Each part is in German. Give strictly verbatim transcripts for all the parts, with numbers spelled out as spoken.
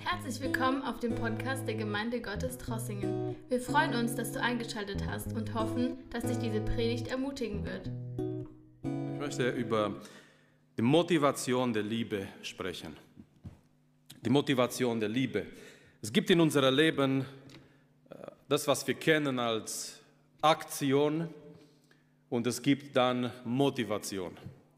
Herzlich willkommen auf dem Podcast der Gemeinde Gottes Trossingen. Wir freuen uns, dass du eingeschaltet hast und hoffen, dass dich diese Predigt ermutigen wird. Ich möchte über die Motivation der Liebe sprechen. Die Motivation der Liebe. Es gibt in unserem Leben das, was wir kennen als Aktion, und es gibt dann Motivation.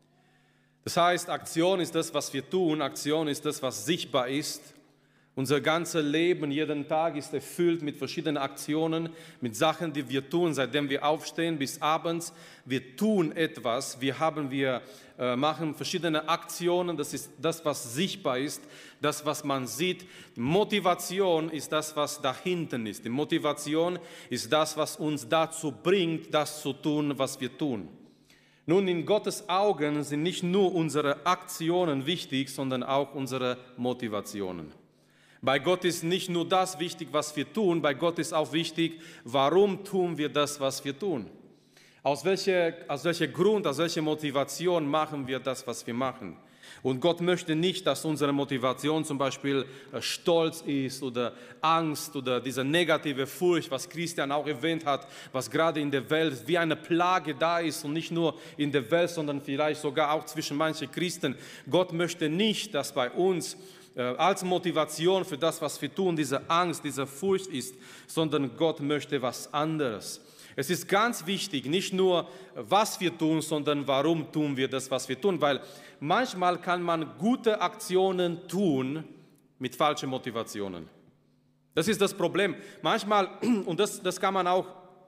Das heißt, Aktion ist das, was wir tun, Aktion ist das, was sichtbar ist. Unser ganzes Leben, jeden Tag ist erfüllt mit verschiedenen Aktionen, mit Sachen, die wir tun, seitdem wir aufstehen bis abends. Wir tun etwas, wir, haben, wir äh, machen verschiedene Aktionen, das ist das, was sichtbar ist, das, was man sieht. Die Motivation ist das, was dahinten ist. Die Motivation ist das, was uns dazu bringt, das zu tun, was wir tun. Nun, in Gottes Augen sind nicht nur unsere Aktionen wichtig, sondern auch unsere Motivationen. Bei Gott ist nicht nur das wichtig, was wir tun, bei Gott ist auch wichtig, warum tun wir das, was wir tun. Aus welchem aus welcher Grund, aus welcher Motivation machen wir das, was wir machen. Und Gott möchte nicht, dass unsere Motivation zum Beispiel Stolz ist oder Angst oder diese negative Furcht, was Christian auch erwähnt hat, was gerade in der Welt wie eine Plage da ist und nicht nur in der Welt, sondern vielleicht sogar auch zwischen manchen Christen. Gott möchte nicht, dass bei uns als Motivation für das, was wir tun, diese Angst, diese Furcht ist, sondern Gott möchte was anderes. Es ist ganz wichtig, nicht nur, was wir tun, sondern warum tun wir das, was wir tun, weil manchmal kann man gute Aktionen tun mit falschen Motivationen. Das ist das Problem. Manchmal, und das, das kann man auch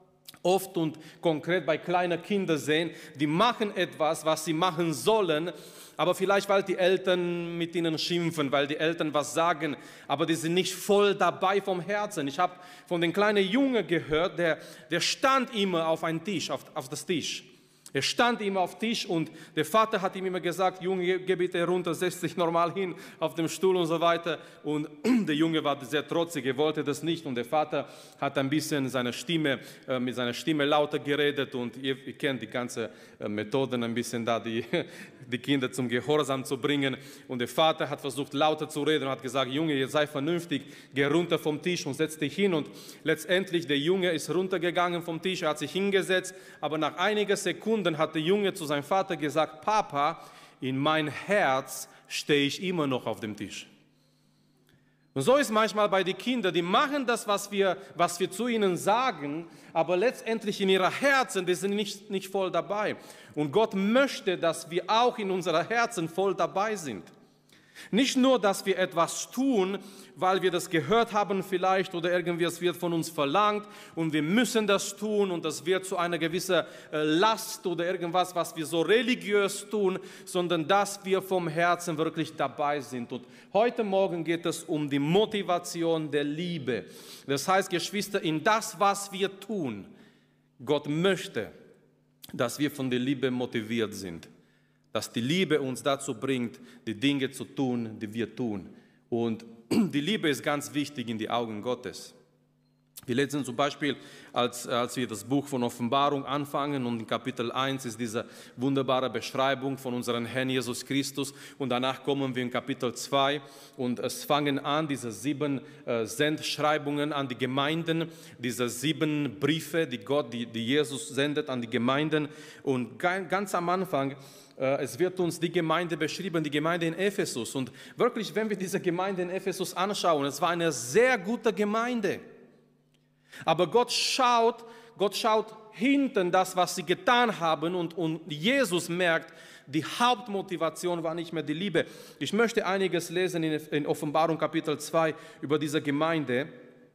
oft und konkret bei kleinen Kindern sehen, die machen etwas, was sie machen sollen, aber vielleicht, weil die Eltern mit ihnen schimpfen, weil die Eltern was sagen, aber die sind nicht voll dabei vom Herzen. Ich habe von dem kleinen Jungen gehört, der, der stand immer auf einen Tisch, auf, auf das Tisch. Er stand immer auf dem Tisch und der Vater hat ihm immer gesagt, Junge, geh bitte runter, setz dich normal hin auf dem Stuhl und so weiter. Und der Junge war sehr trotzig, er wollte das nicht. Und der Vater hat ein bisschen seine Stimme, äh, mit seiner Stimme lauter geredet. Und ihr, ihr kennt die ganzen äh, Methoden ein bisschen da, die, die Kinder zum Gehorsam zu bringen. Und der Vater hat versucht lauter zu reden und hat gesagt, Junge, jetzt sei vernünftig, geh runter vom Tisch und setz dich hin. Und letztendlich, der Junge ist runtergegangen vom Tisch, er hat sich hingesetzt, aber nach einigen Sekunden dann hat der Junge zu seinem Vater gesagt, Papa, in mein Herz stehe ich immer noch auf dem Tisch. Und so ist manchmal bei den Kindern, die machen das, was wir, was wir zu ihnen sagen, aber letztendlich in ihren Herzen, die sind nicht, nicht voll dabei. Und Gott möchte, dass wir auch in unseren Herzen voll dabei sind. Nicht nur, dass wir etwas tun, weil wir das gehört haben vielleicht oder irgendwie es wird von uns verlangt und wir müssen das tun und das wird zu einer gewissen Last oder irgendwas, was wir so religiös tun, sondern dass wir vom Herzen wirklich dabei sind. Und heute Morgen geht es um die Motivation der Liebe. Das heißt, Geschwister, in das, was wir tun, Gott möchte, dass wir von der Liebe motiviert sind. Dass die Liebe uns dazu bringt, die Dinge zu tun, die wir tun. Und die Liebe ist ganz wichtig in die Augen Gottes. Wir lesen zum Beispiel, als, als wir das Buch von Offenbarung anfangen, und in Kapitel eins ist diese wunderbare Beschreibung von unserem Herrn Jesus Christus, und danach kommen wir in Kapitel zwei und es fangen an, diese sieben äh, Sendschreibungen an die Gemeinden, diese sieben Briefe, die Gott, die, die Jesus sendet an die Gemeinden, und ganz am Anfang, es wird uns die Gemeinde beschrieben, die Gemeinde in Ephesus. Und wirklich, wenn wir diese Gemeinde in Ephesus anschauen, es war eine sehr gute Gemeinde. Aber Gott schaut, Gott schaut hinten das, was sie getan haben, und, und Jesus merkt, die Hauptmotivation war nicht mehr die Liebe. Ich möchte einiges lesen in, in Offenbarung Kapitel zwei über diese Gemeinde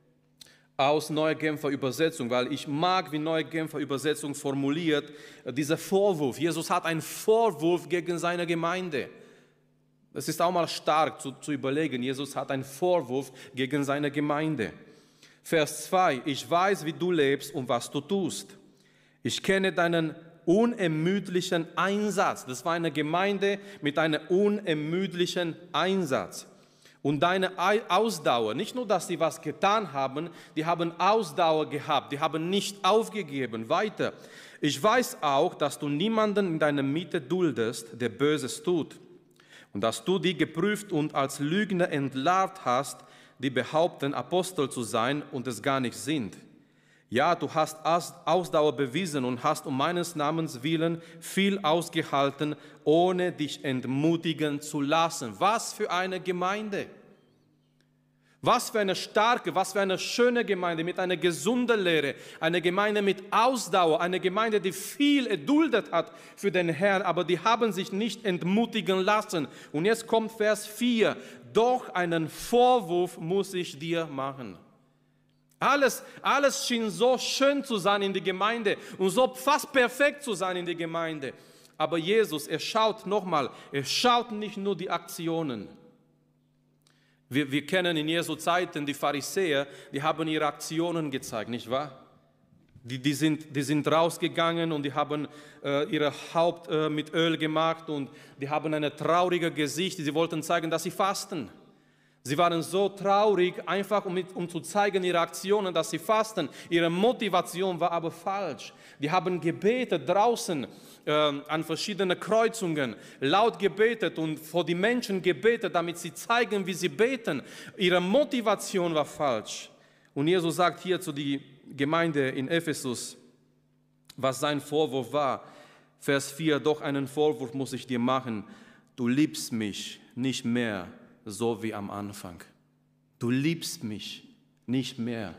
aus Neue Genfer Übersetzung, weil ich mag, wie Neue Genfer Übersetzung formuliert, dieser Vorwurf. Jesus hat einen Vorwurf gegen seine Gemeinde. Das ist auch mal stark zu, zu überlegen. Jesus hat einen Vorwurf gegen seine Gemeinde. Vers zwei, ich weiß, wie du lebst und was du tust. Ich kenne deinen unermüdlichen Einsatz. Das war eine Gemeinde mit einem unermüdlichen Einsatz. Und deine Ausdauer, nicht nur, dass sie was getan haben, die haben Ausdauer gehabt, die haben nicht aufgegeben. Weiter, ich weiß auch, dass du niemanden in deiner Mitte duldest, der Böses tut. Und dass du die geprüft und als Lügner entlarvt hast, die behaupten, Apostel zu sein und es gar nicht sind. Ja, du hast Ausdauer bewiesen und hast um meines Namens willen viel ausgehalten, ohne dich entmutigen zu lassen. Was für eine Gemeinde! Was für eine starke, was für eine schöne Gemeinde mit einer gesunden Lehre, eine Gemeinde mit Ausdauer, eine Gemeinde, die viel erduldet hat für den Herrn, aber die haben sich nicht entmutigen lassen. Und jetzt kommt Vers vier, doch einen Vorwurf muss ich dir machen. Alles, alles schien so schön zu sein in der Gemeinde und so fast perfekt zu sein in der Gemeinde. Aber Jesus, er schaut nochmal, er schaut nicht nur die Aktionen. Wir, wir kennen in Jesu Zeiten die Pharisäer, die haben ihre Aktionen gezeigt, nicht wahr? Die, die, sind, die sind rausgegangen und die haben äh, ihr Haupt äh, mit Öl gemacht und die haben ein trauriges Gesicht. Sie wollten zeigen, dass sie fasten. Sie waren so traurig, einfach um, um zu zeigen, ihre Aktionen, dass sie fasten. Ihre Motivation war aber falsch. Die haben gebetet draußen äh, an verschiedenen Kreuzungen, laut gebetet und vor die Menschen gebetet, damit sie zeigen, wie sie beten. Ihre Motivation war falsch. Und Jesus sagt hier zu der Gemeinde in Ephesus, was sein Vorwurf war. Vers vier, doch einen Vorwurf muss ich dir machen. Du liebst mich nicht mehr so wie am Anfang. Du liebst mich nicht mehr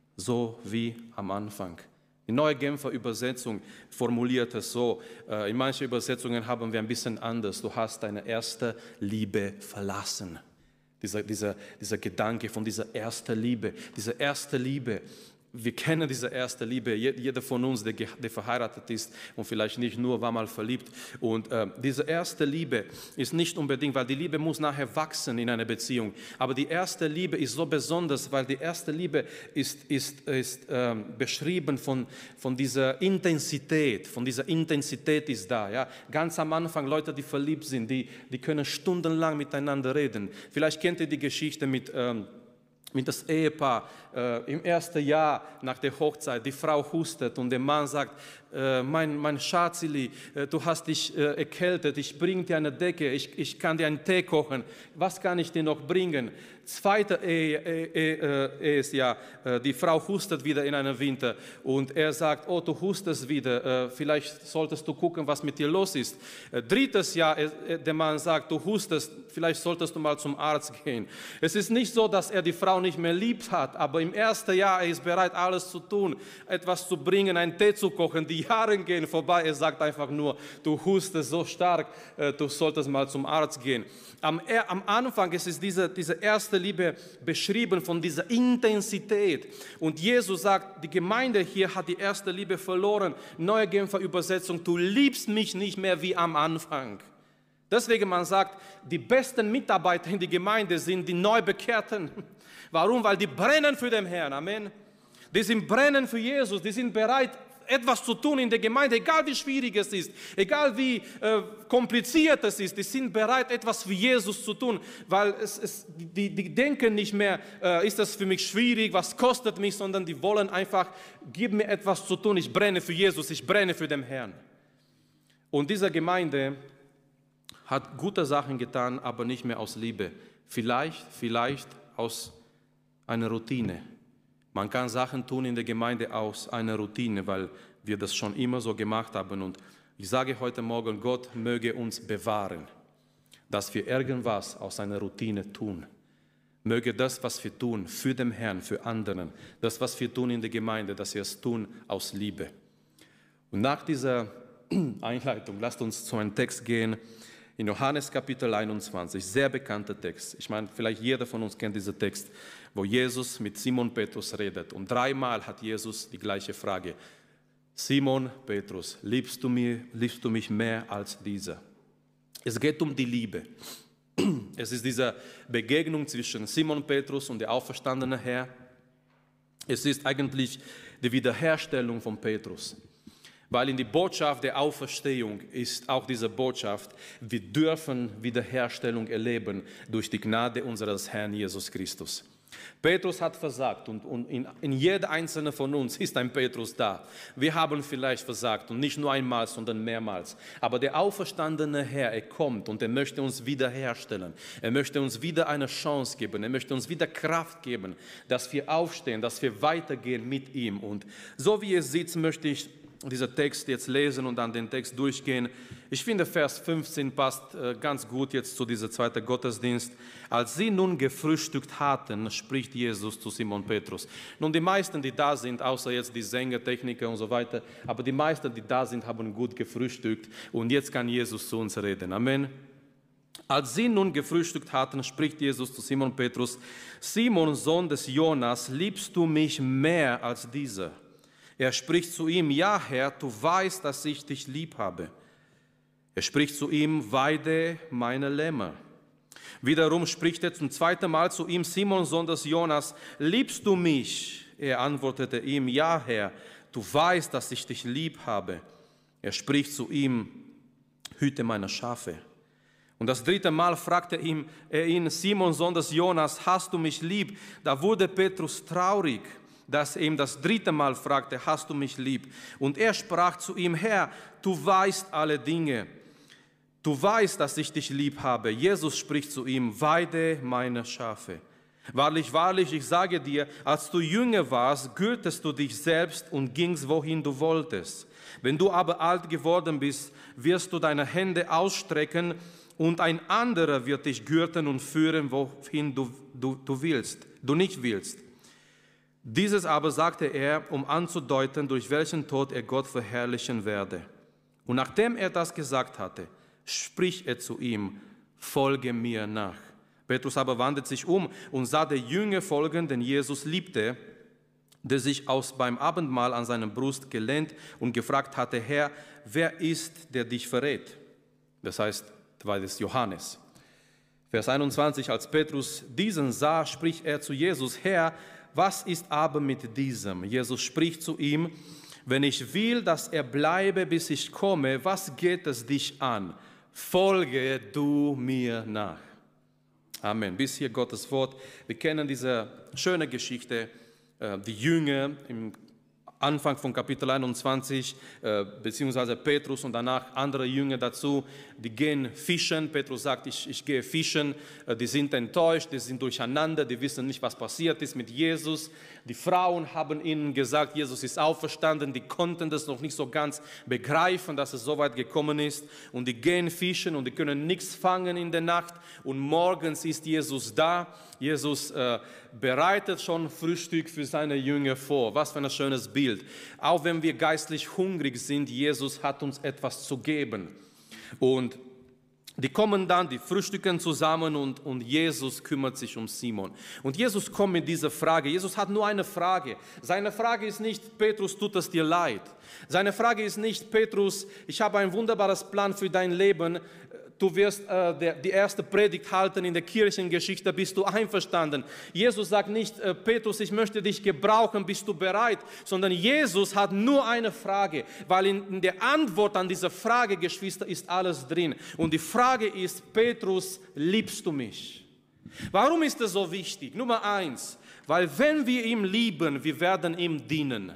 so wie am Anfang. Die Neue Genfer Übersetzung formuliert es so, äh, in manchen Übersetzungen haben wir ein bisschen anders. Du hast deine erste Liebe verlassen. Dieser, dieser, dieser Gedanke von dieser ersten Liebe, diese erste Liebe. Wir kennen diese erste Liebe, jeder von uns, der, der verheiratet ist und vielleicht nicht nur, war mal verliebt. Und äh, diese erste Liebe ist nicht unbedingt, weil die Liebe muss nachher wachsen in einer Beziehung. Aber die erste Liebe ist so besonders, weil die erste Liebe ist, ist, ist äh, beschrieben von, von dieser Intensität. Von dieser Intensität ist da. Ja? Ganz am Anfang, Leute, die verliebt sind, die, die können stundenlang miteinander reden. Vielleicht kennt ihr die Geschichte mit... Ähm, mit das Ehepaar äh, im ersten Jahr nach der Hochzeit, die Frau hustet und der Mann sagt, äh, mein, mein Schatzili, äh, du hast dich äh, erkältet, ich bringe dir eine Decke, ich, ich kann dir einen Tee kochen, was kann ich dir noch bringen? Zweite Ehe, Ehe, Ehe, Ehe ist ja, äh, die Frau hustet wieder in einem Winter und er sagt, oh, du hustest wieder, äh, vielleicht solltest du gucken, was mit dir los ist. Äh, drittes Jahr, äh, der Mann sagt, du hustest, vielleicht solltest du mal zum Arzt gehen. Es ist nicht so, dass er die Frau nicht mehr lieb hat, aber im ersten Jahr er ist bereit, alles zu tun, etwas zu bringen, einen Tee zu kochen. Die Jahre gehen vorbei, er sagt einfach nur, du hustest so stark, äh, du solltest mal zum Arzt gehen. Am, er, am Anfang ist es diese, diese erste Liebe beschrieben von dieser Intensität. Und Jesus sagt, die Gemeinde hier hat die erste Liebe verloren. Neue Genfer Übersetzung, du liebst mich nicht mehr wie am Anfang. Deswegen man sagt, die besten Mitarbeiter in der Gemeinde sind die Neubekehrten. Warum? Weil die brennen für den Herrn. Amen. Die sind brennen für Jesus. Die sind bereit, etwas zu tun in der Gemeinde, egal wie schwierig es ist, egal wie äh, kompliziert es ist. Die sind bereit, etwas für Jesus zu tun, weil es, es, die, die denken nicht mehr, äh, ist das für mich schwierig, was kostet mich, sondern die wollen einfach, gib mir etwas zu tun. Ich brenne für Jesus, ich brenne für den Herrn. Und diese Gemeinde hat gute Sachen getan, aber nicht mehr aus Liebe. Vielleicht, vielleicht aus einer Routine. Man kann Sachen tun in der Gemeinde aus einer Routine, weil wir das schon immer so gemacht haben. Und ich sage heute Morgen, Gott möge uns bewahren, dass wir irgendwas aus einer Routine tun. Möge das, was wir tun, für den Herrn, für anderen, das, was wir tun in der Gemeinde, dass wir es tun aus Liebe. Und nach dieser Einleitung, lasst uns zu einem Text gehen, in Johannes Kapitel einundzwanzig, sehr bekannter Text. Ich meine, vielleicht jeder von uns kennt diesen Text, wo Jesus mit Simon Petrus redet. Und dreimal hat Jesus die gleiche Frage. Simon Petrus, liebst du mich, liebst du mich mehr als dieser? Es geht um die Liebe. Es ist diese Begegnung zwischen Simon Petrus und der auferstandene Herr. Es ist eigentlich die Wiederherstellung von Petrus. Weil in die Botschaft der Auferstehung ist auch diese Botschaft, wir dürfen Wiederherstellung erleben durch die Gnade unseres Herrn Jesus Christus. Petrus hat versagt und, und in, in jeder einzelne von uns ist ein Petrus da. Wir haben vielleicht versagt und nicht nur einmal, sondern mehrmals. Aber der auferstandene Herr, er kommt und er möchte uns wiederherstellen. Er möchte uns wieder eine Chance geben. Er möchte uns wieder Kraft geben, dass wir aufstehen, dass wir weitergehen mit ihm. Und so wie ihr seht, möchte ich diesen Text jetzt lesen und dann den Text durchgehen. Ich finde, Vers fünfzehn passt ganz gut jetzt zu diesem zweiten Gottesdienst. Als sie nun gefrühstückt hatten, spricht Jesus zu Simon Petrus. Nun, die meisten, die da sind, außer jetzt die Sänger, Techniker und so weiter, aber die meisten, die da sind, haben gut gefrühstückt und jetzt kann Jesus zu uns reden. Amen. Als sie nun gefrühstückt hatten, spricht Jesus zu Simon Petrus: Simon, Sohn des Jonas, liebst du mich mehr als dieser? Er spricht zu ihm: Ja, Herr, du weißt, dass ich dich lieb habe. Er spricht zu ihm: Weide meine Lämmer. Wiederum spricht er zum zweiten Mal zu ihm: Simon, Sohn des Jonas, liebst du mich? Er antwortete ihm: Ja, Herr, du weißt, dass ich dich lieb habe. Er spricht zu ihm: Hüte meine Schafe. Und das dritte Mal fragte ihm, er ihn: Simon, Sohn des Jonas, hast du mich lieb? Da wurde Petrus traurig, dass er ihm das dritte Mal fragte: Hast du mich lieb? Und er sprach zu ihm: Herr, du weißt alle Dinge. Du weißt, dass ich dich lieb habe. Jesus spricht zu ihm: Weide meine Schafe. Wahrlich, wahrlich, ich sage dir, als du jünger warst, gürtest du dich selbst und gingst, wohin du wolltest. Wenn du aber alt geworden bist, wirst du deine Hände ausstrecken und ein anderer wird dich gürten und führen, wohin du, du, du willst, du nicht willst. Dieses aber sagte er, um anzudeuten, durch welchen Tod er Gott verherrlichen werde. Und nachdem er das gesagt hatte, spricht er zu ihm: Folge mir nach. Petrus aber wandte sich um und sah der Jünger folgen, den Jesus liebte, der sich aus beim Abendmahl an seiner Brust gelehnt und gefragt hatte: Herr, wer ist, der dich verrät? Das heißt, war das Johannes. Vers einundzwanzig: Als Petrus diesen sah, spricht er zu Jesus: Herr, was ist aber mit diesem? Jesus spricht zu ihm: Wenn ich will, dass er bleibe, bis ich komme, was geht es dich an? Folge du mir nach. Amen. Bis hier Gottes Wort. Wir kennen diese schöne Geschichte, die Jünger im Anfang von Kapitel einundzwanzig, beziehungsweise Petrus und danach andere Jünger dazu, die gehen fischen. Petrus sagt, ich, ich gehe fischen. Die sind enttäuscht, die sind durcheinander, die wissen nicht, was passiert ist mit Jesus. Die Frauen haben ihnen gesagt, Jesus ist auferstanden. Die konnten das noch nicht so ganz begreifen, dass es so weit gekommen ist. Und die gehen fischen und die können nichts fangen in der Nacht. Und morgens ist Jesus da. Jesus äh, bereitet schon Frühstück für seine Jünger vor. Was für ein schönes Bild. Auch wenn wir geistlich hungrig sind, Jesus hat uns etwas zu geben. Und die kommen dann, die frühstücken zusammen und, und Jesus kümmert sich um Simon. Und Jesus kommt mit dieser Frage. Jesus hat nur eine Frage. Seine Frage ist nicht: Petrus, tut es dir leid? Seine Frage ist nicht: Petrus, ich habe ein wunderbares Plan für dein Leben. Du wirst äh, der, die erste Predigt halten in der Kirchengeschichte, bist du einverstanden? Jesus sagt nicht: äh, Petrus, ich möchte dich gebrauchen, bist du bereit? Sondern Jesus hat nur eine Frage, weil in, in der Antwort an diese Frage, Geschwister, ist alles drin. Und die Frage ist: Petrus, liebst du mich? Warum ist das so wichtig? Nummer eins, weil wenn wir ihm lieben, wir werden ihm dienen.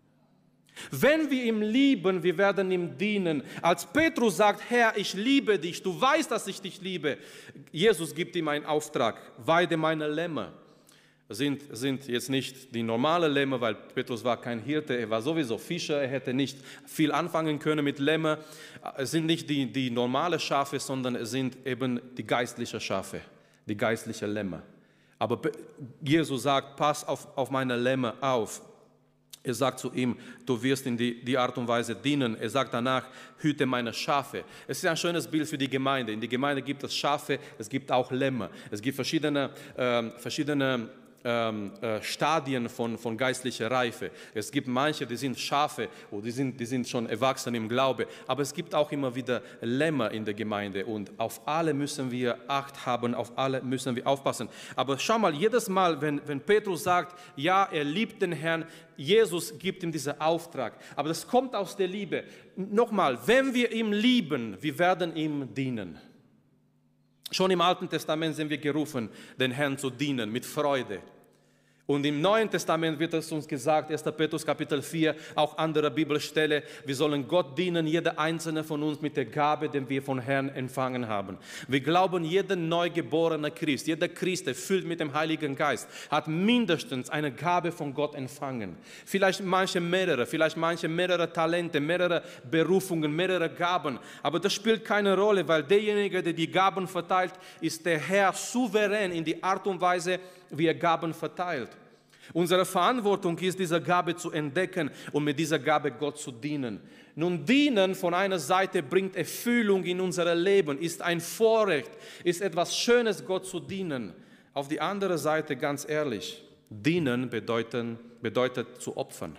Wenn wir ihm lieben, wir werden ihm dienen. Als Petrus sagt: Herr, ich liebe dich, du weißt, dass ich dich liebe. Jesus gibt ihm einen Auftrag: Weide meine Lämmer. Sind, sind jetzt nicht die normalen Lämmer, weil Petrus war kein Hirte, er war sowieso Fischer, er hätte nicht viel anfangen können mit Lämmer. Es sind nicht die, die normalen Schafe, sondern es sind eben die geistlichen Schafe, die geistlichen Lämmer. Aber Jesus sagt: Pass auf, auf meine Lämmer auf. Er sagt zu ihm: Du wirst in die, die Art und Weise dienen. Er sagt danach: Hüte meine Schafe. Es ist ein schönes Bild für die Gemeinde. In der Gemeinde gibt es Schafe, es gibt auch Lämmer. Es gibt verschiedene, äh, verschiedene ähm, äh, Stadien von, von geistlicher Reife. Es gibt manche, die sind Schafe oder die sind, die sind schon erwachsen im Glaube. Aber es gibt auch immer wieder Lämmer in der Gemeinde. Und auf alle müssen wir Acht haben, auf alle müssen wir aufpassen. Aber schau mal, jedes Mal, wenn, wenn Petrus sagt, ja, er liebt den Herrn, Jesus gibt ihm diesen Auftrag. Aber das kommt aus der Liebe. Nochmal, wenn wir ihn lieben, wir werden ihm dienen. Schon im Alten Testament sind wir gerufen, den Herrn zu dienen, mit Freude. Und im Neuen Testament wird es uns gesagt, erster Petrus Kapitel vier, auch andere Bibelstelle, wir sollen Gott dienen, jeder einzelne von uns mit der Gabe, die wir von Herrn empfangen haben. Wir glauben, jeder neugeborene Christ, jeder Christ, erfüllt mit dem Heiligen Geist, hat mindestens eine Gabe von Gott empfangen. Vielleicht manche mehrere, vielleicht manche mehrere Talente, mehrere Berufungen, mehrere Gaben. Aber das spielt keine Rolle, weil derjenige, der die Gaben verteilt, ist der Herr souverän in die Art und Weise, wie er Gaben verteilt. Unsere Verantwortung ist, diese Gabe zu entdecken und mit dieser Gabe Gott zu dienen. Nun, dienen von einer Seite bringt Erfüllung in unser Leben, ist ein Vorrecht, ist etwas Schönes, Gott zu dienen. Auf die andere Seite, ganz ehrlich, dienen bedeutet, bedeutet zu opfern.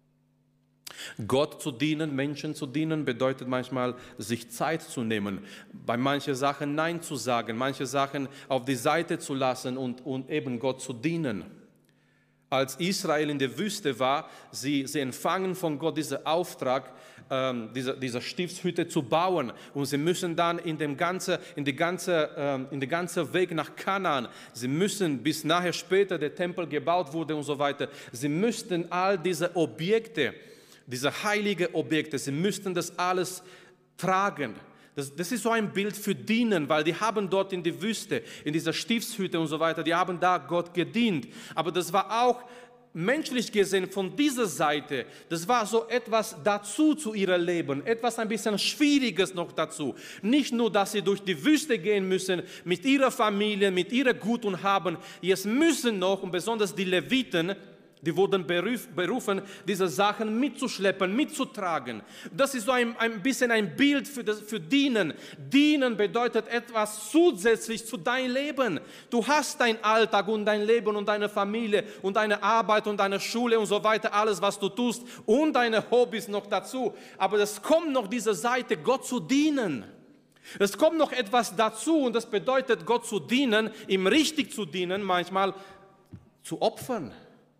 Gott zu dienen, Menschen zu dienen, bedeutet manchmal, sich Zeit zu nehmen, bei manchen Sachen Nein zu sagen, manche Sachen auf die Seite zu lassen und, und eben Gott zu dienen. Als Israel in der Wüste war, sie, sie empfangen von Gott diesen Auftrag, ähm, diese, diese Stiftshütte zu bauen. Und sie müssen dann in dem ganzen, in die ganze, ähm, in den ganzen Weg nach Kanaan, sie müssen, bis nachher später der Tempel gebaut wurde und so weiter, sie müssten all diese Objekte, diese heiligen Objekte, sie müssten das alles tragen. Das, das ist so ein Bild für Dienen, weil die haben dort in der Wüste, in dieser Stiftshütte und so weiter, die haben da Gott gedient. Aber das war auch menschlich gesehen von dieser Seite, das war so etwas dazu zu ihrem Leben, etwas ein bisschen Schwieriges noch dazu. Nicht nur, dass sie durch die Wüste gehen müssen, mit ihrer Familie, mit ihrem Gut und Haben, jetzt müssen noch, und besonders die Leviten, die wurden berufen, diese Sachen mitzuschleppen, mitzutragen. Das ist so ein, ein bisschen ein Bild für, das, für Dienen. Dienen bedeutet etwas zusätzlich zu deinem Leben. Du hast deinen Alltag und dein Leben und deine Familie und deine Arbeit und deine Schule und so weiter, alles, was du tust und deine Hobbys noch dazu. Aber es kommt noch diese Seite, Gott zu dienen. Es kommt noch etwas dazu und das bedeutet, Gott zu dienen, ihm richtig zu dienen, manchmal zu opfern.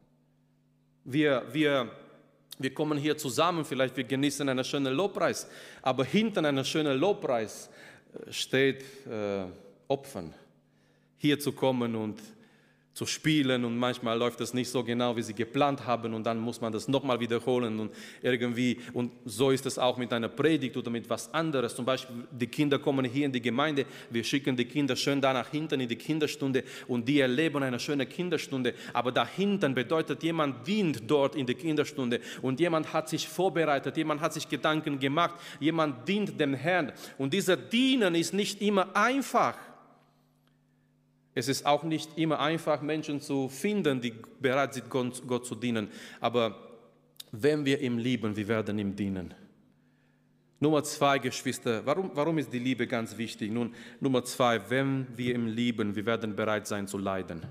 Wir, wir, wir kommen hier zusammen, vielleicht wir genießen einen schönen Lobpreis, aber hinter einem schönen Lobpreis steht äh, Opfern. Hier zu kommen und zu spielen und manchmal läuft es nicht so genau, wie sie geplant haben und dann muss man das nochmal wiederholen und irgendwie, und so ist es auch mit einer Predigt oder mit was anderes. Zum Beispiel, die Kinder kommen hier in die Gemeinde, wir schicken die Kinder schön da nach hinten in die Kinderstunde und die erleben eine schöne Kinderstunde, aber dahinten bedeutet, jemand dient dort in der Kinderstunde und jemand hat sich vorbereitet, jemand hat sich Gedanken gemacht, jemand dient dem Herrn und dieser Dienen ist nicht immer einfach. Es ist auch nicht immer einfach, Menschen zu finden, die bereit sind, Gott, Gott zu dienen. Aber wenn wir ihm lieben, wir werden ihm dienen. Nummer zwei, Geschwister, warum, warum ist die Liebe ganz wichtig? Nun, Nummer zwei, wenn wir ihn lieben, wir werden bereit sein zu leiden.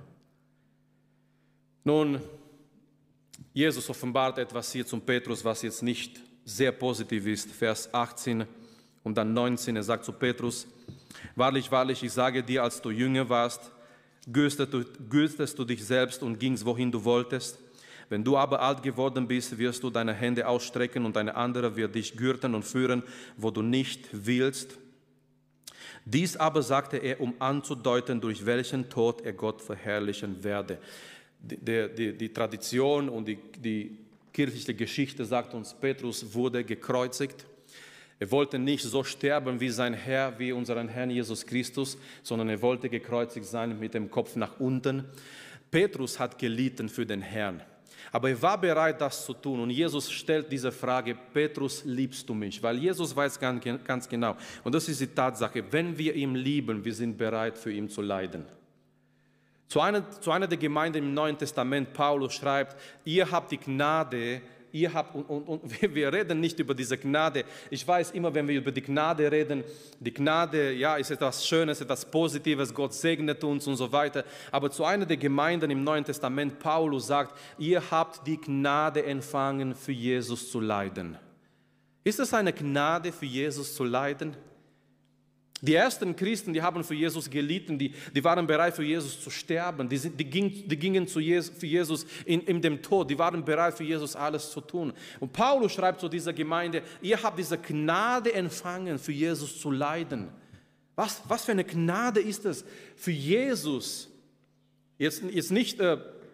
Nun, Jesus offenbart etwas hier zum Petrus, was jetzt nicht sehr positiv ist. Vers achtzehn und dann neunzehn, er sagt zu Petrus, wahrlich, wahrlich, ich sage dir, als du jünger warst, gürtest du, gürtest du dich selbst und gingst, wohin du wolltest. Wenn du aber alt geworden bist, wirst du deine Hände ausstrecken und eine andere wird dich gürten und führen, wo du nicht willst. Dies aber sagte er, um anzudeuten, durch welchen Tod er Gott verherrlichen werde. Die, die, die Tradition und die, die kirchliche Geschichte sagt uns, Petrus wurde gekreuzigt. Er wollte nicht so sterben wie sein Herr, wie unseren Herrn Jesus Christus, sondern er wollte gekreuzigt sein mit dem Kopf nach unten. Petrus hat gelitten für den Herrn, aber er war bereit, das zu tun. Und Jesus stellt diese Frage, Petrus, liebst du mich? Weil Jesus weiß ganz, ganz genau, und das ist die Tatsache, wenn wir ihn lieben, wir sind bereit, für ihn zu leiden. Zu einer, zu einer der Gemeinden im Neuen Testament, Paulus schreibt, ihr habt die Gnade, Ihr habt, und, und, und wir reden nicht über diese Gnade. Ich weiß immer, wenn wir über die Gnade reden, die Gnade, ja, ist etwas Schönes, etwas Positives, Gott segnet uns und so weiter. Aber zu einer der Gemeinden im Neuen Testament, Paulus sagt, ihr habt die Gnade empfangen, für Jesus zu leiden. Ist es eine Gnade, für Jesus zu leiden? Die ersten Christen, die haben für Jesus gelitten, die, die waren bereit, für Jesus zu sterben, die, die, ging, die gingen zu Jesus, für Jesus in, in dem Tod, die waren bereit, für Jesus alles zu tun. Und Paulus schreibt zu dieser Gemeinde, ihr habt diese Gnade empfangen, für Jesus zu leiden. Was, was für eine Gnade ist es, für Jesus, jetzt, jetzt nicht äh,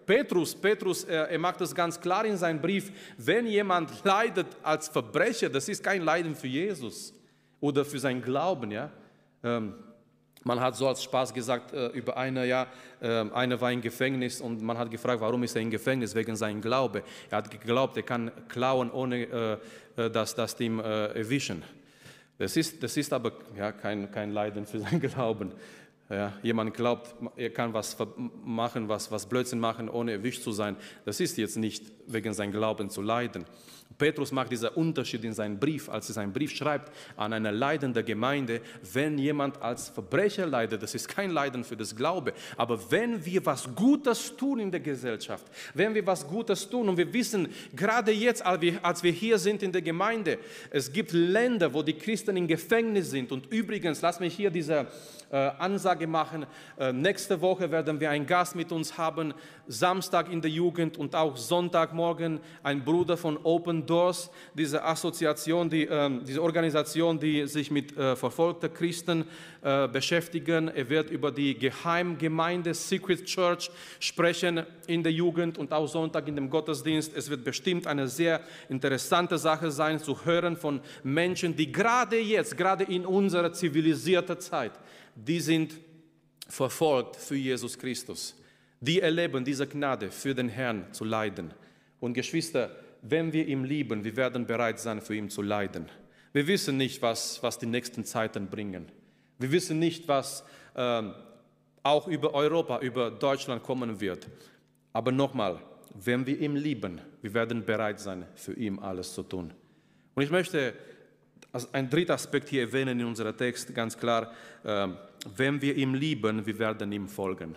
Petrus, Petrus, er, er macht das ganz klar in seinem Brief, wenn jemand leidet als Verbrecher, das ist kein Leiden für Jesus oder für seinen Glauben. Ja? Ähm, man hat so als Spaß gesagt äh, über eine, ja, äh, eine war im Gefängnis und man hat gefragt, warum ist er im Gefängnis? Wegen seinem Glaube. Er hat geglaubt, er kann klauen, ohne äh, dass das ihm äh, erwischen. Das ist, das ist aber ja, kein, kein Leiden für seinen Glauben. Ja, jemand glaubt, er kann was machen, was, was Blödsinn machen, ohne erwischt zu sein. Das ist jetzt nicht wegen seinem Glauben zu leiden. Petrus macht diesen Unterschied in seinem Brief, als er seinen Brief schreibt an eine leidende Gemeinde. Wenn jemand als Verbrecher leidet, das ist kein Leiden für das Glaube. Aber wenn wir was Gutes tun in der Gesellschaft, wenn wir was Gutes tun und wir wissen, gerade jetzt, als wir hier sind in der Gemeinde, es gibt Länder, wo die Christen im Gefängnis sind. Und übrigens, lass mich hier diese äh, Ansage machen, äh, nächste Woche werden wir einen Gast mit uns haben, Samstag in der Jugend und auch Sonntagmorgen, ein Bruder von Open Doors, diese Assoziation, die, äh, diese Organisation, die sich mit äh, verfolgten Christen äh, beschäftigen. Er wird über die Geheimgemeinde, Secret Church, sprechen in der Jugend und auch Sonntag in dem Gottesdienst. Es wird bestimmt eine sehr interessante Sache sein, zu hören von Menschen, die gerade jetzt, gerade in unserer zivilisierten Zeit, die sind verfolgt für Jesus Christus. Die erleben diese Gnade, für den Herrn zu leiden. Und Geschwister, wenn wir ihn lieben, wir werden bereit sein, für ihn zu leiden. Wir wissen nicht, was, was die nächsten Zeiten bringen. Wir wissen nicht, was äh, auch über Europa, über Deutschland kommen wird. Aber nochmal, wenn wir ihn lieben, wir werden bereit sein, für ihn alles zu tun. Und ich möchte als ein dritter Aspekt hier erwähnen in unserem Text, ganz klar, äh, wenn wir ihn lieben, wir werden ihm folgen.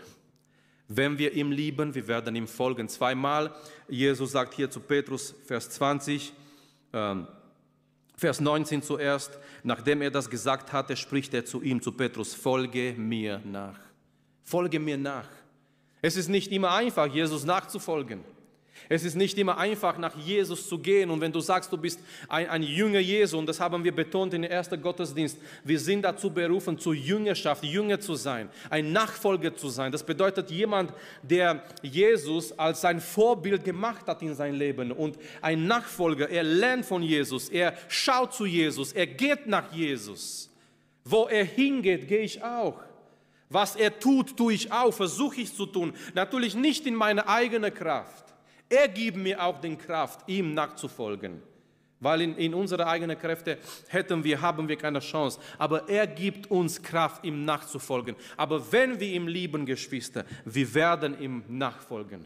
Wenn wir ihn lieben, wir werden ihm folgen. Zweimal, Jesus sagt hier zu Petrus, Vers zwanzig, ähm, Vers neunzehn zuerst, nachdem er das gesagt hatte, spricht er zu ihm, zu Petrus, folge mir nach. Folge mir nach. Es ist nicht immer einfach, Jesus nachzufolgen. Es ist nicht immer einfach, nach Jesus zu gehen. Und wenn du sagst, du bist ein, ein Jünger Jesu, und das haben wir betont in dem ersten Gottesdienst, wir sind dazu berufen, zur Jüngerschaft, Jünger zu sein, ein Nachfolger zu sein. Das bedeutet jemand, der Jesus als sein Vorbild gemacht hat in sein Leben. Und ein Nachfolger, er lernt von Jesus, er schaut zu Jesus, er geht nach Jesus. Wo er hingeht, gehe ich auch. Was er tut, tue ich auch, versuche ich zu tun. Natürlich nicht in meiner eigenen Kraft. Er gibt mir auch die Kraft, ihm nachzufolgen. Weil in, in unsere eigenen Kräfte hätten wir, haben wir keine Chance. Aber er gibt uns Kraft, ihm nachzufolgen. Aber wenn wir ihm lieben, Geschwister, wir werden ihm nachfolgen.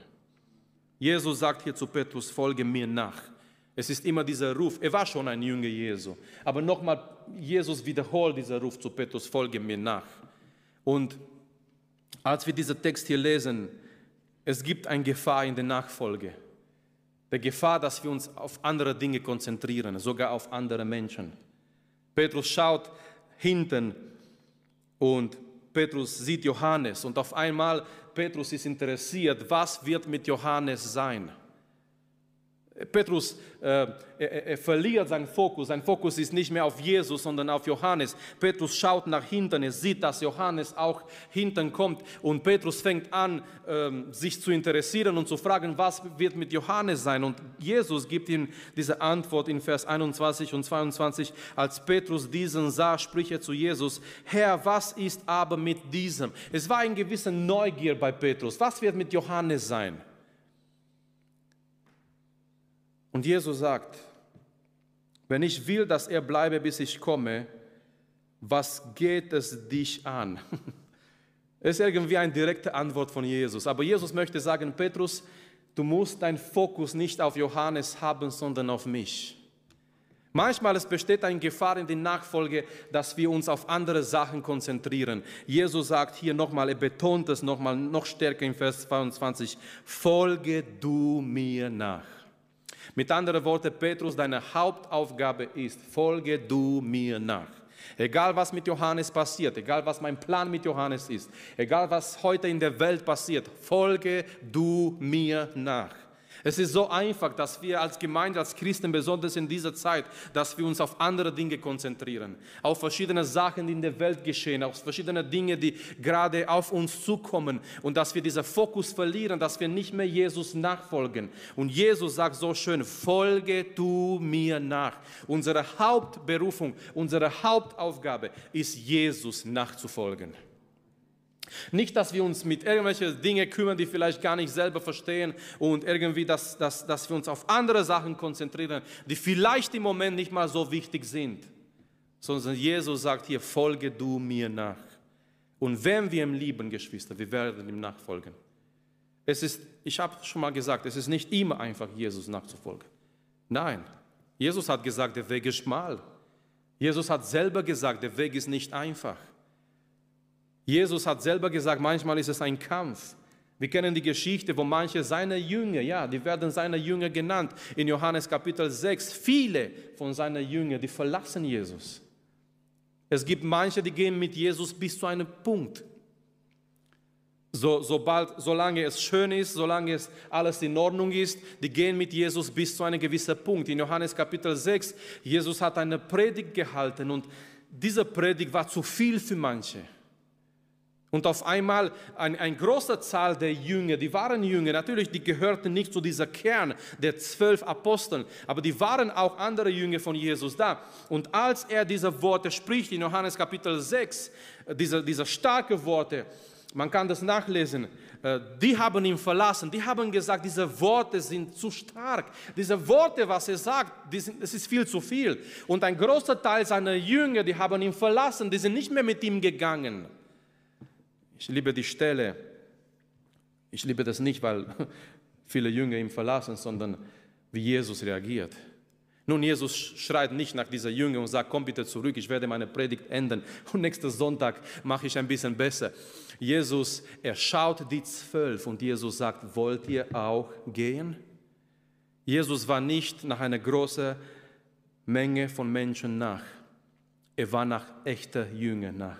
Jesus sagt hier zu Petrus, folge mir nach. Es ist immer dieser Ruf. Er war schon ein Jünger Jesu. Aber nochmal, Jesus wiederholt diesen Ruf zu Petrus, folge mir nach. Und als wir diesen Text hier lesen, es gibt eine Gefahr in der Nachfolge. Die Gefahr, dass wir uns auf andere Dinge konzentrieren, sogar auf andere Menschen. Petrus schaut hinten und Petrus sieht Johannes und auf einmal Petrus ist interessiert, was wird mit Johannes sein? Petrus äh, er, er verliert seinen Fokus. Sein Fokus ist nicht mehr auf Jesus, sondern auf Johannes. Petrus schaut nach hinten. Er sieht, dass Johannes auch hinten kommt. Und Petrus fängt an, äh, sich zu interessieren und zu fragen, was wird mit Johannes sein? Und Jesus gibt ihm diese Antwort in Vers einundzwanzig und zweiundzwanzig. Als Petrus diesen sah, spricht er zu Jesus, Herr, was ist aber mit diesem? Es war eine gewisse Neugier bei Petrus. Was wird mit Johannes sein? Und Jesus sagt, wenn ich will, dass er bleibe, bis ich komme, was geht es dich an? Es ist irgendwie eine direkte Antwort von Jesus. Aber Jesus möchte sagen, Petrus, du musst deinen Fokus nicht auf Johannes haben, sondern auf mich. Manchmal es besteht eine Gefahr in der Nachfolge, dass wir uns auf andere Sachen konzentrieren. Jesus sagt hier nochmal, er betont es nochmal noch stärker in Vers zweiundzwanzig, folge du mir nach. Mit anderen Worten, Petrus, deine Hauptaufgabe ist, folge du mir nach. Egal was mit Johannes passiert, egal was mein Plan mit Johannes ist, egal was heute in der Welt passiert, folge du mir nach. Es ist so einfach, dass wir als Gemeinde, als Christen, besonders in dieser Zeit, dass wir uns auf andere Dinge konzentrieren, auf verschiedene Sachen, die in der Welt geschehen, auf verschiedene Dinge, die gerade auf uns zukommen und dass wir diesen Fokus verlieren, dass wir nicht mehr Jesus nachfolgen. Und Jesus sagt so schön, folge du mir nach. Unsere Hauptberufung, unsere Hauptaufgabe ist, Jesus nachzufolgen. Nicht, dass wir uns mit irgendwelchen Dingen kümmern, die vielleicht gar nicht selber verstehen und irgendwie, dass, dass, dass wir uns auf andere Sachen konzentrieren, die vielleicht im Moment nicht mal so wichtig sind, sondern Jesus sagt hier, folge du mir nach. Und wenn wir ihm lieben, Geschwister, wir werden ihm nachfolgen. Es ist, ich habe schon mal gesagt, es ist nicht immer einfach, Jesus nachzufolgen. Nein, Jesus hat gesagt, der Weg ist schmal. Jesus hat selber gesagt, der Weg ist nicht einfach. Jesus hat selber gesagt, manchmal ist es ein Kampf. Wir kennen die Geschichte, wo manche seiner Jünger, ja, die werden seine Jünger genannt, in Johannes Kapitel sechs, viele von seinen Jüngern, die verlassen Jesus. Es gibt manche, die gehen mit Jesus bis zu einem Punkt. So, sobald, solange es schön ist, solange es alles in Ordnung ist, die gehen mit Jesus bis zu einem gewissen Punkt. In Johannes Kapitel sechs, Jesus hat eine Predigt gehalten und diese Predigt war zu viel für manche. Und auf einmal ein, ein großer Zahl der Jünger, die waren Jünger, natürlich, die gehörten nicht zu dieser Kern der zwölf Aposteln, aber die waren auch andere Jünger von Jesus da. Und als er diese Worte spricht, in Johannes Kapitel sechs, diese, diese starke Worte, man kann das nachlesen, die haben ihn verlassen, die haben gesagt, diese Worte sind zu stark. Diese Worte, was er sagt, die sind, das ist viel zu viel. Und ein großer Teil seiner Jünger, die haben ihn verlassen, die sind nicht mehr mit ihm gegangen. Ich liebe die Stelle, ich liebe das nicht, weil viele Jünger ihn verlassen, sondern wie Jesus reagiert. Nun, Jesus schreit nicht nach dieser Jünger und sagt, komm bitte zurück, ich werde meine Predigt ändern und nächsten Sonntag mache ich ein bisschen besser. Jesus, er schaut die Zwölf und Jesus sagt, wollt ihr auch gehen? Jesus war nicht nach einer großen Menge von Menschen nach, er war nach echter Jünger nach.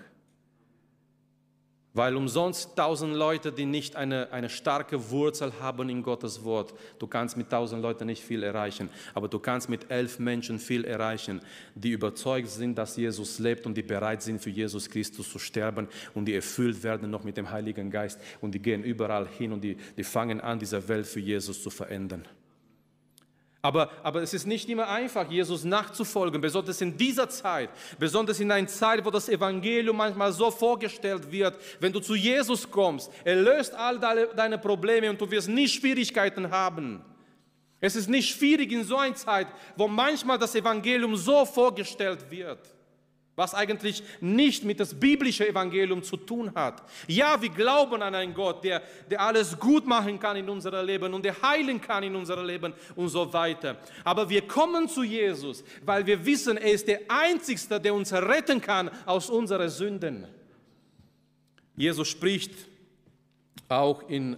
Weil umsonst tausend Leute, die nicht eine, eine starke Wurzel haben in Gottes Wort, du kannst mit tausend Leuten nicht viel erreichen, aber du kannst mit elf Menschen viel erreichen, die überzeugt sind, dass Jesus lebt und die bereit sind, für Jesus Christus zu sterben und die erfüllt werden noch mit dem Heiligen Geist und die gehen überall hin und die, die fangen an, diese Welt für Jesus zu verändern. Aber, aber es ist nicht immer einfach, Jesus nachzufolgen, besonders in dieser Zeit, besonders in einer Zeit, wo das Evangelium manchmal so vorgestellt wird, wenn du zu Jesus kommst, er löst all deine, deine Probleme und du wirst nie Schwierigkeiten haben. Es ist nicht schwierig in so einer Zeit, wo manchmal das Evangelium so vorgestellt wird, was eigentlich nicht mit dem biblischen Evangelium zu tun hat. Ja, wir glauben an einen Gott, der, der alles gut machen kann in unserem Leben und der heilen kann in unserem Leben und so weiter. Aber wir kommen zu Jesus, weil wir wissen, er ist der Einzige, der uns retten kann aus unseren Sünden. Jesus spricht auch in,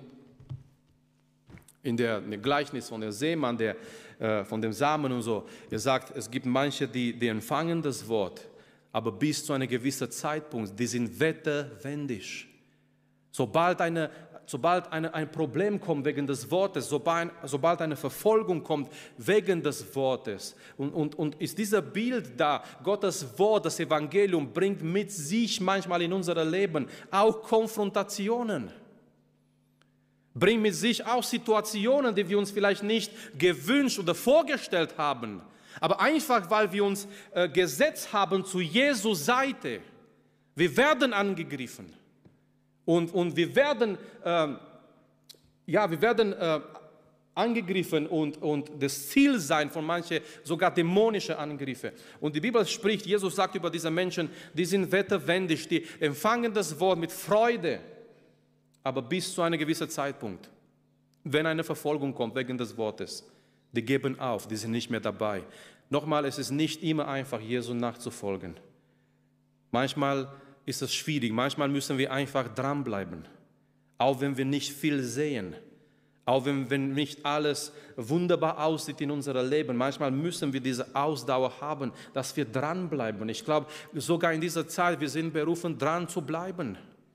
in der in dem Gleichnis von dem Seemann, der, äh, von dem Samen und so. Er sagt, es gibt manche, die, die empfangen das Wort, aber bis zu einem gewissen Zeitpunkt, die sind wetterwendig. Sobald, eine, sobald eine, ein Problem kommt wegen des Wortes, sobald, sobald eine Verfolgung kommt wegen des Wortes, und, und, und ist dieser Bild da, Gottes Wort, das Evangelium bringt mit sich manchmal in unser Leben auch Konfrontationen. Bringt mit sich auch Situationen, die wir uns vielleicht nicht gewünscht oder vorgestellt haben. Aber einfach, weil wir uns äh, gesetzt haben zu Jesu Seite. Wir werden angegriffen. Und, und wir werden, äh, ja, wir werden äh, angegriffen und, und das Ziel sein von manchen sogar dämonischen Angriffen. Und die Bibel spricht, Jesus sagt über diese Menschen, die sind wetterwendig, die empfangen das Wort mit Freude, aber bis zu einem gewissen Zeitpunkt, wenn eine Verfolgung kommt wegen des Wortes, die geben auf, die sind nicht mehr dabei. Nochmal, es ist nicht immer einfach, Jesus nachzufolgen. Manchmal ist es schwierig, manchmal müssen wir einfach dranbleiben, auch wenn wir nicht viel sehen, auch wenn, wenn nicht alles wunderbar aussieht in unserem Leben. Manchmal müssen wir diese Ausdauer haben, dass wir dranbleiben. Ich glaube, sogar in dieser Zeit, wir sind berufen, dran zu bleiben.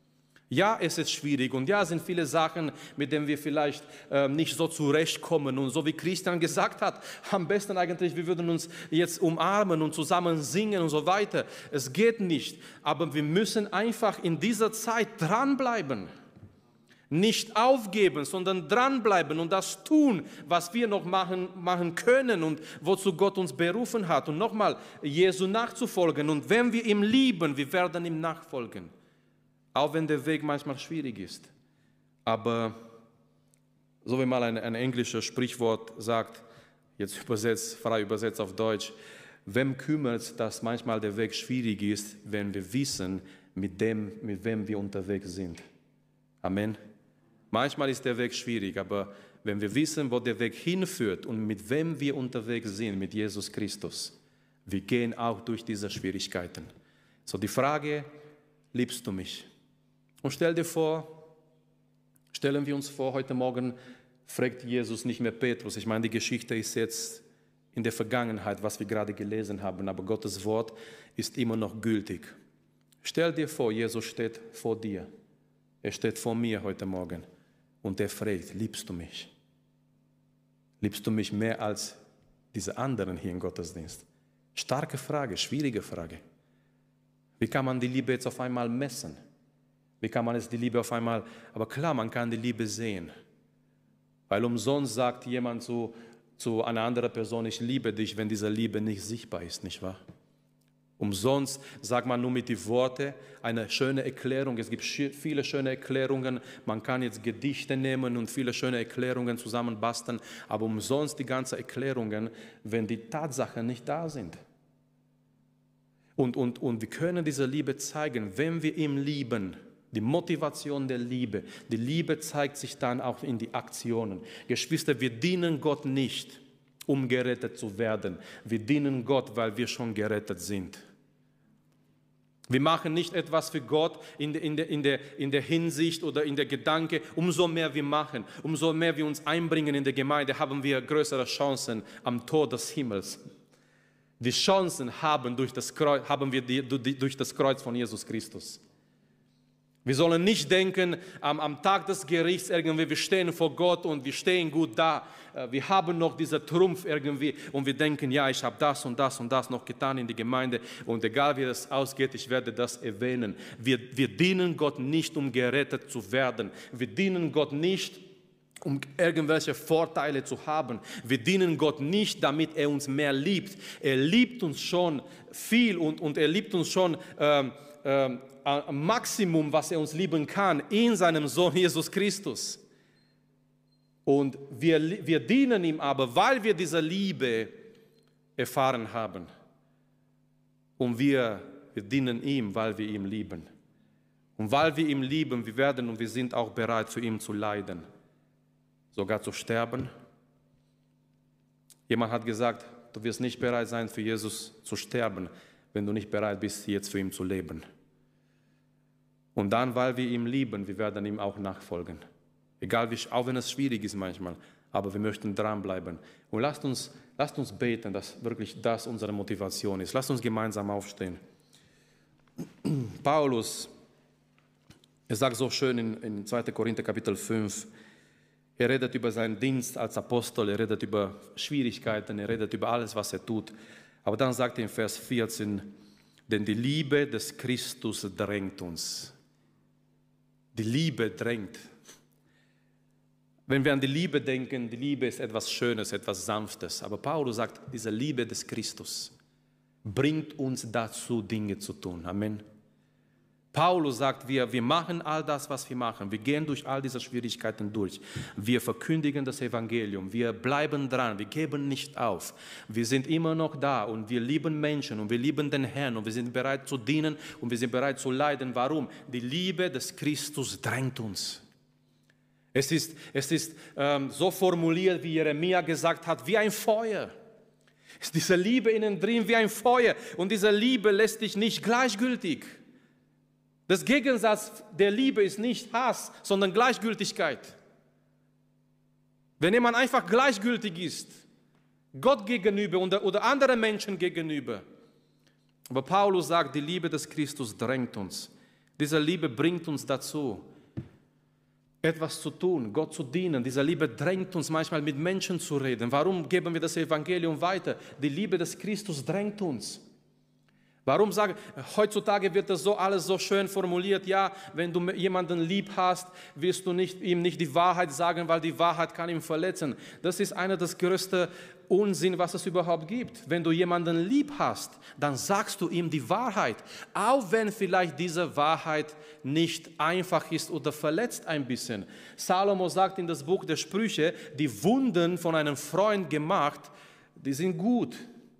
Ja, es ist schwierig und ja, es sind viele Sachen, mit denen wir vielleicht äh, nicht so zurechtkommen. Und so wie Christian gesagt hat, am besten eigentlich, wir würden uns jetzt umarmen und zusammen singen und so weiter. Es geht nicht, aber wir müssen einfach in dieser Zeit dranbleiben. Nicht aufgeben, sondern dranbleiben und das tun, was wir noch machen, machen können und wozu Gott uns berufen hat. Und nochmal, Jesu nachzufolgen. Und wenn wir ihn lieben, wir werden ihm nachfolgen. Auch wenn der Weg manchmal schwierig ist. Aber so wie mal ein, ein englisches Sprichwort sagt, jetzt übersetzt, frei übersetzt auf Deutsch, wem kümmert es, dass manchmal der Weg schwierig ist, wenn wir wissen, mit, dem, mit wem wir unterwegs sind. Amen. Manchmal ist der Weg schwierig, aber wenn wir wissen, wo der Weg hinführt und mit wem wir unterwegs sind, mit Jesus Christus, wir gehen auch durch diese Schwierigkeiten. So die Frage, liebst du mich? Und stell dir vor, stellen wir uns vor, heute Morgen fragt Jesus nicht mehr Petrus. Ich meine, die Geschichte ist jetzt in der Vergangenheit, was wir gerade gelesen haben, aber Gottes Wort ist immer noch gültig. Stell dir vor, Jesus steht vor dir. Er steht vor mir heute Morgen und er fragt, liebst du mich? Liebst du mich mehr als diese anderen hier im Gottesdienst? Starke Frage, schwierige Frage. Wie kann man die Liebe jetzt auf einmal messen? Wie kann man jetzt die Liebe auf einmal, aber klar, man kann die Liebe sehen. Weil umsonst sagt jemand zu, zu einer anderen Person, ich liebe dich, wenn diese Liebe nicht sichtbar ist, nicht wahr? Umsonst sagt man nur mit den Worten eine schöne Erklärung. Es gibt viele schöne Erklärungen. Man kann jetzt Gedichte nehmen und viele schöne Erklärungen zusammenbasteln, aber umsonst die ganzen Erklärungen, wenn die Tatsachen nicht da sind. Und, und, und wir können diese Liebe zeigen, wenn wir ihn lieben. Die Motivation der Liebe. Die Liebe zeigt sich dann auch in die Aktionen. Geschwister, wir dienen Gott nicht, um gerettet zu werden. Wir dienen Gott, weil wir schon gerettet sind. Wir machen nicht etwas für Gott in der, in der, in der, in der Hinsicht oder in der Gedanke, umso mehr wir machen, umso mehr wir uns einbringen in der Gemeinde, haben wir größere Chancen am Tor des Himmels. Die Chancen haben, durch das Kreuz, haben wir die, durch das Kreuz von Jesus Christus. Wir sollen nicht denken, am, am Tag des Gerichts irgendwie, wir stehen vor Gott und wir stehen gut da. Wir haben noch diesen Trumpf irgendwie und wir denken, ja, ich habe das und das und das noch getan in die Gemeinde und egal wie das ausgeht, ich werde das erwähnen. Wir, wir dienen Gott nicht, um gerettet zu werden. Wir dienen Gott nicht, um irgendwelche Vorteile zu haben. Wir dienen Gott nicht, damit er uns mehr liebt. Er liebt uns schon viel und, und er liebt uns schon ähm, ähm, am Maximum, was er uns lieben kann, in seinem Sohn Jesus Christus. Und wir, wir dienen ihm aber, weil wir diese Liebe erfahren haben. Und wir, wir dienen ihm, weil wir ihn lieben. Und weil wir ihn lieben, wir werden und wir sind auch bereit, für ihn zu leiden. Sogar zu sterben. Jemand hat gesagt, du wirst nicht bereit sein, für Jesus zu sterben, wenn du nicht bereit bist, jetzt für ihn zu leben. Und dann, weil wir ihn lieben, wir werden ihm auch nachfolgen. Egal, wie, auch wenn es schwierig ist manchmal, aber wir möchten dranbleiben. Und lasst uns, lasst uns beten, dass wirklich das unsere Motivation ist. Lasst uns gemeinsam aufstehen. Paulus, er sagt so schön in, in zweiter Korinther Kapitel fünf, er redet über seinen Dienst als Apostel, er redet über Schwierigkeiten, er redet über alles, was er tut. Aber dann sagt er in Vers vierzehn, denn die Liebe des Christus drängt uns. Die Liebe drängt. Wenn wir an die Liebe denken, die Liebe ist etwas Schönes, etwas Sanftes. Aber Paulus sagt, diese Liebe des Christus bringt uns dazu, Dinge zu tun. Amen. Paulus sagt, wir, wir machen all das, was wir machen. Wir gehen durch all diese Schwierigkeiten durch. Wir verkündigen das Evangelium. Wir bleiben dran. Wir geben nicht auf. Wir sind immer noch da und wir lieben Menschen und wir lieben den Herrn und wir sind bereit zu dienen und wir sind bereit zu leiden. Warum? Die Liebe des Christus drängt uns. Es ist, es ist ähm, so formuliert, wie Jeremia gesagt hat, wie ein Feuer. Es ist diese Liebe innen drin wie ein Feuer und diese Liebe lässt dich nicht gleichgültig. Das Gegensatz der Liebe ist nicht Hass, sondern Gleichgültigkeit. Wenn jemand einfach gleichgültig ist, Gott gegenüber oder anderen Menschen gegenüber. Aber Paulus sagt, die Liebe des Christus drängt uns. Diese Liebe bringt uns dazu, etwas zu tun, Gott zu dienen. Diese Liebe drängt uns manchmal, mit Menschen zu reden. Warum geben wir das Evangelium weiter? Die Liebe des Christus drängt uns. Warum sage ich, heutzutage wird das so alles so schön formuliert, ja, wenn du jemanden lieb hast, wirst du nicht, ihm nicht die Wahrheit sagen, weil die Wahrheit kann ihn verletzen. Das ist einer des größten Unsinn, was es überhaupt gibt. Wenn du jemanden lieb hast, dann sagst du ihm die Wahrheit, auch wenn vielleicht diese Wahrheit nicht einfach ist oder verletzt ein bisschen. Salomo sagt in das Buch der Sprüche, die Wunden von einem Freund gemacht, die sind gut.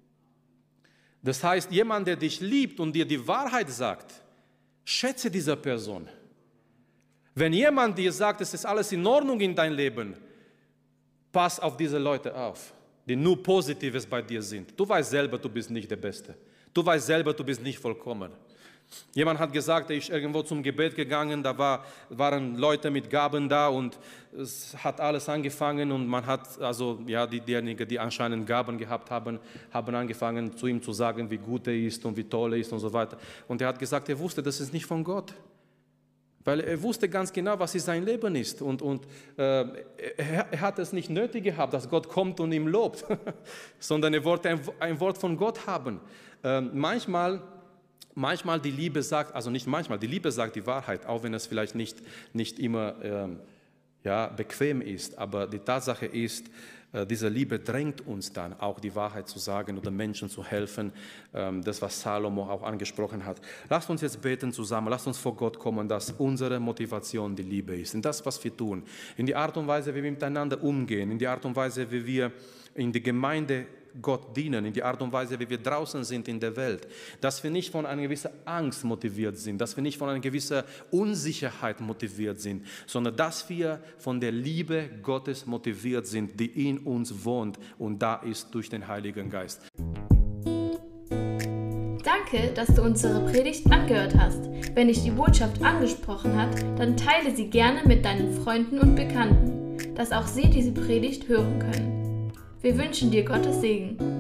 Das heißt, jemand, der dich liebt und dir die Wahrheit sagt, schätze diese Person. Wenn jemand dir sagt, es ist alles in Ordnung in deinem Leben, pass auf diese Leute auf, die nur Positives bei dir sind. Du weißt selber, du bist nicht der Beste. Du weißt selber, du bist nicht vollkommen. Jemand hat gesagt, er ist irgendwo zum Gebet gegangen, da war, waren Leute mit Gaben da und es hat alles angefangen und man hat, also ja, die, diejenigen, die anscheinend Gaben gehabt haben, haben angefangen zu ihm zu sagen, wie gut er ist und wie toll er ist und so weiter. Und er hat gesagt, er wusste, das ist nicht von Gott. Weil er wusste ganz genau, was sein Leben ist. Und, und äh, er, er hat es nicht nötig gehabt, dass Gott kommt und ihm lobt, sondern er wollte ein, ein Wort von Gott haben. Äh, manchmal... Manchmal die Liebe sagt, also nicht manchmal, die Liebe sagt die Wahrheit, auch wenn es vielleicht nicht, nicht immer ähm, ja, bequem ist. Aber die Tatsache ist, äh, diese Liebe drängt uns dann auch die Wahrheit zu sagen oder Menschen zu helfen. Ähm, das, was Salomo auch angesprochen hat. Lasst uns jetzt beten zusammen, lasst uns vor Gott kommen, dass unsere Motivation die Liebe ist. In das, was wir tun, in die Art und Weise, wie wir miteinander umgehen, in die Art und Weise, wie wir in die Gemeinde Gott dienen, in die Art und Weise, wie wir draußen sind in der Welt, dass wir nicht von einer gewissen Angst motiviert sind, dass wir nicht von einer gewissen Unsicherheit motiviert sind, sondern dass wir von der Liebe Gottes motiviert sind, die in uns wohnt und da ist durch den Heiligen Geist. Danke, dass du unsere Predigt angehört hast. Wenn dich die Botschaft angesprochen hat, dann teile sie gerne mit deinen Freunden und Bekannten, dass auch sie diese Predigt hören können. Wir wünschen dir Gottes Segen.